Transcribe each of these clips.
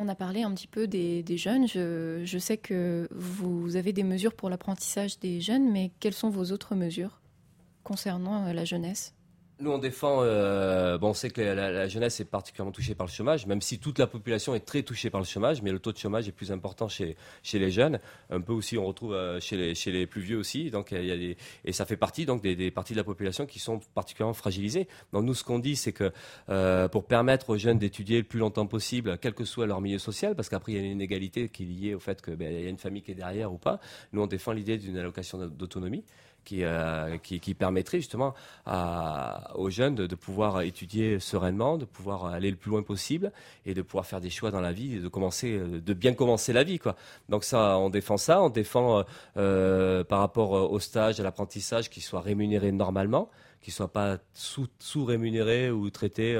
on a parlé un petit peu des jeunes. Je sais que vous avez des mesures pour l'apprentissage des jeunes, mais quelles sont vos autres mesures concernant la jeunesse ? Nous, on défend. On sait que la jeunesse est particulièrement touchée par le chômage, même si toute la population est très touchée par le chômage, mais le taux de chômage est plus important chez les jeunes. Un peu aussi, on retrouve chez les plus vieux aussi. Donc, et ça fait partie donc des parties de la population qui sont particulièrement fragilisées. Donc, nous, ce qu'on dit, c'est que pour permettre aux jeunes d'étudier le plus longtemps possible, quel que soit leur milieu social, parce qu'après, il y a une inégalité qui est liée au fait qu'il y a une famille qui est derrière ou pas. Nous, on défend l'idée d'une allocation d'autonomie qui permettrait justement aux jeunes de pouvoir étudier sereinement, de pouvoir aller le plus loin possible et de pouvoir faire des choix dans la vie et de bien commencer la vie, quoi. Donc ça, on défend ça. On défend par rapport au stage, à l'apprentissage, qu'ils soient rémunérés normalement, qu'ils ne soient pas sous-rémunérés ou traités,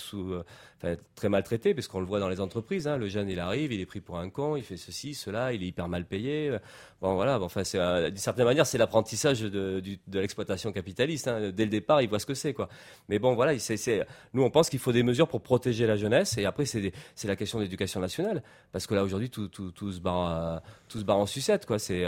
très maltraité, parce qu'on le voit dans les entreprises. Le jeune, il arrive, il est pris pour un con, il fait ceci, cela, il est hyper mal payé. D'une certaine manière, c'est l'apprentissage de l'exploitation capitaliste. Dès le départ, il voit ce que c'est, quoi. Mais bon, voilà, nous, on pense qu'il faut des mesures pour protéger la jeunesse. Et après, c'est la question de l'éducation nationale, parce que là, aujourd'hui, tout se barre en sucette, quoi. C'est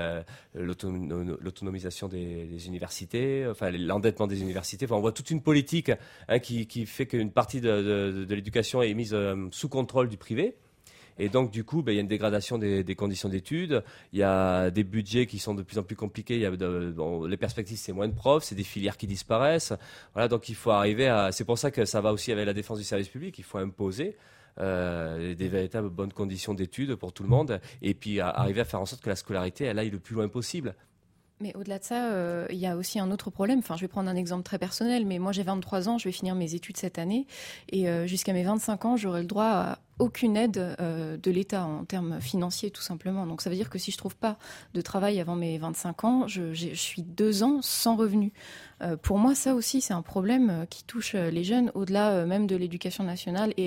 l'autonomisation des universités, l'endettement des universités. On voit toute une politique qui fait qu'une partie de l'éducation est mise sous contrôle du privé. Et donc, du coup, il y a une dégradation des conditions d'études. Il y a des budgets qui sont de plus en plus compliqués. Les perspectives, c'est moins de profs, c'est des filières qui disparaissent. Voilà, donc il faut arriver à... C'est pour ça que ça va aussi avec la défense du service public. Il faut imposer des véritables bonnes conditions d'études pour tout le monde. Et puis, arriver à faire en sorte que la scolarité, elle aille le plus loin possible. Mais au-delà de ça, il y a aussi un autre problème. Enfin, je vais prendre un exemple très personnel, mais moi j'ai 23 ans, je vais finir mes études cette année, et jusqu'à mes 25 ans, j'aurai le droit à aucune aide de l'État en termes financiers, tout simplement. Donc ça veut dire que si je trouve pas de travail avant mes 25 ans, je suis 2 ans sans revenu. Pour moi, ça aussi, c'est un problème qui touche les jeunes, au-delà même de l'éducation nationale et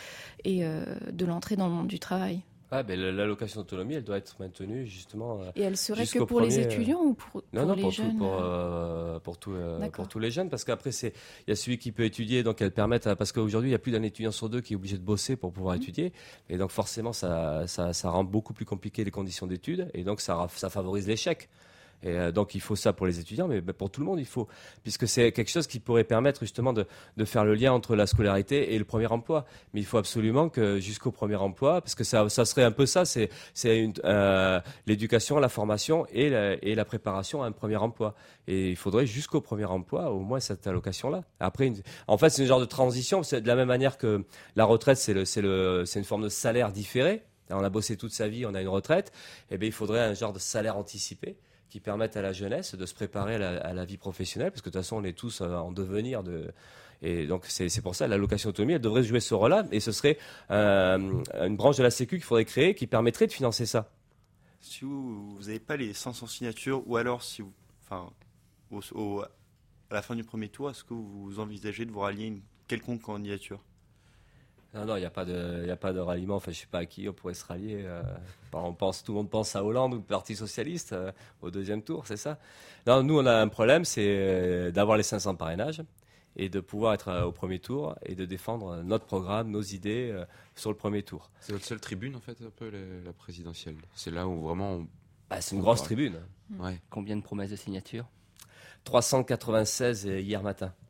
de l'entrée dans le monde du travail. L'allocation d'autonomie, elle doit être maintenue justement. Et elle serait que pour les étudiants ou pour les jeunes pour tous les jeunes, parce qu'après il y a celui qui peut étudier, donc elles permettent parce qu'aujourd'hui il y a plus d'un étudiant sur deux qui est obligé de bosser pour pouvoir étudier, et donc forcément ça rend beaucoup plus compliqué les conditions d'études, et donc ça favorise l'échec. Et donc il faut ça pour les étudiants, mais pour tout le monde il faut, puisque c'est quelque chose qui pourrait permettre justement de faire le lien entre la scolarité et le premier emploi. Mais il faut absolument que jusqu'au premier emploi, parce que ça serait un peu ça, c'est l'éducation, la formation et la préparation à un premier emploi. Et il faudrait jusqu'au premier emploi au moins cette allocation-là. Après, en fait, c'est une genre de transition. C'est de la même manière que la retraite, c'est une forme de salaire différé. On a bossé toute sa vie, on a une retraite. Eh bien, il faudrait un genre de salaire anticipé qui permettent à la jeunesse de se préparer à la vie professionnelle, parce que de toute façon, on est tous en devenir. Et donc, c'est pour ça, l'allocation autonomie, elle devrait jouer ce rôle-là, et ce serait une branche de la Sécu qu'il faudrait créer qui permettrait de financer ça. Si vous n'avez pas les 500 signatures, ou alors si vous, à la fin du premier tour, est-ce que vous envisagez de vous rallier à une quelconque candidature ? Non, il n'y a pas de ralliement. Enfin, je ne sais pas à qui on pourrait se rallier. Tout le monde pense à Hollande ou le Parti Socialiste au deuxième tour, c'est ça ? Non, nous, on a un problème, c'est d'avoir les 500 parrainages et de pouvoir être au premier tour et de défendre notre programme, nos idées sur le premier tour. C'est votre seule tribune, en fait, un peu la présidentielle. C'est là où vraiment... c'est une grosse tribune. Ouais. Combien de promesses de signature ? 396 hier matin.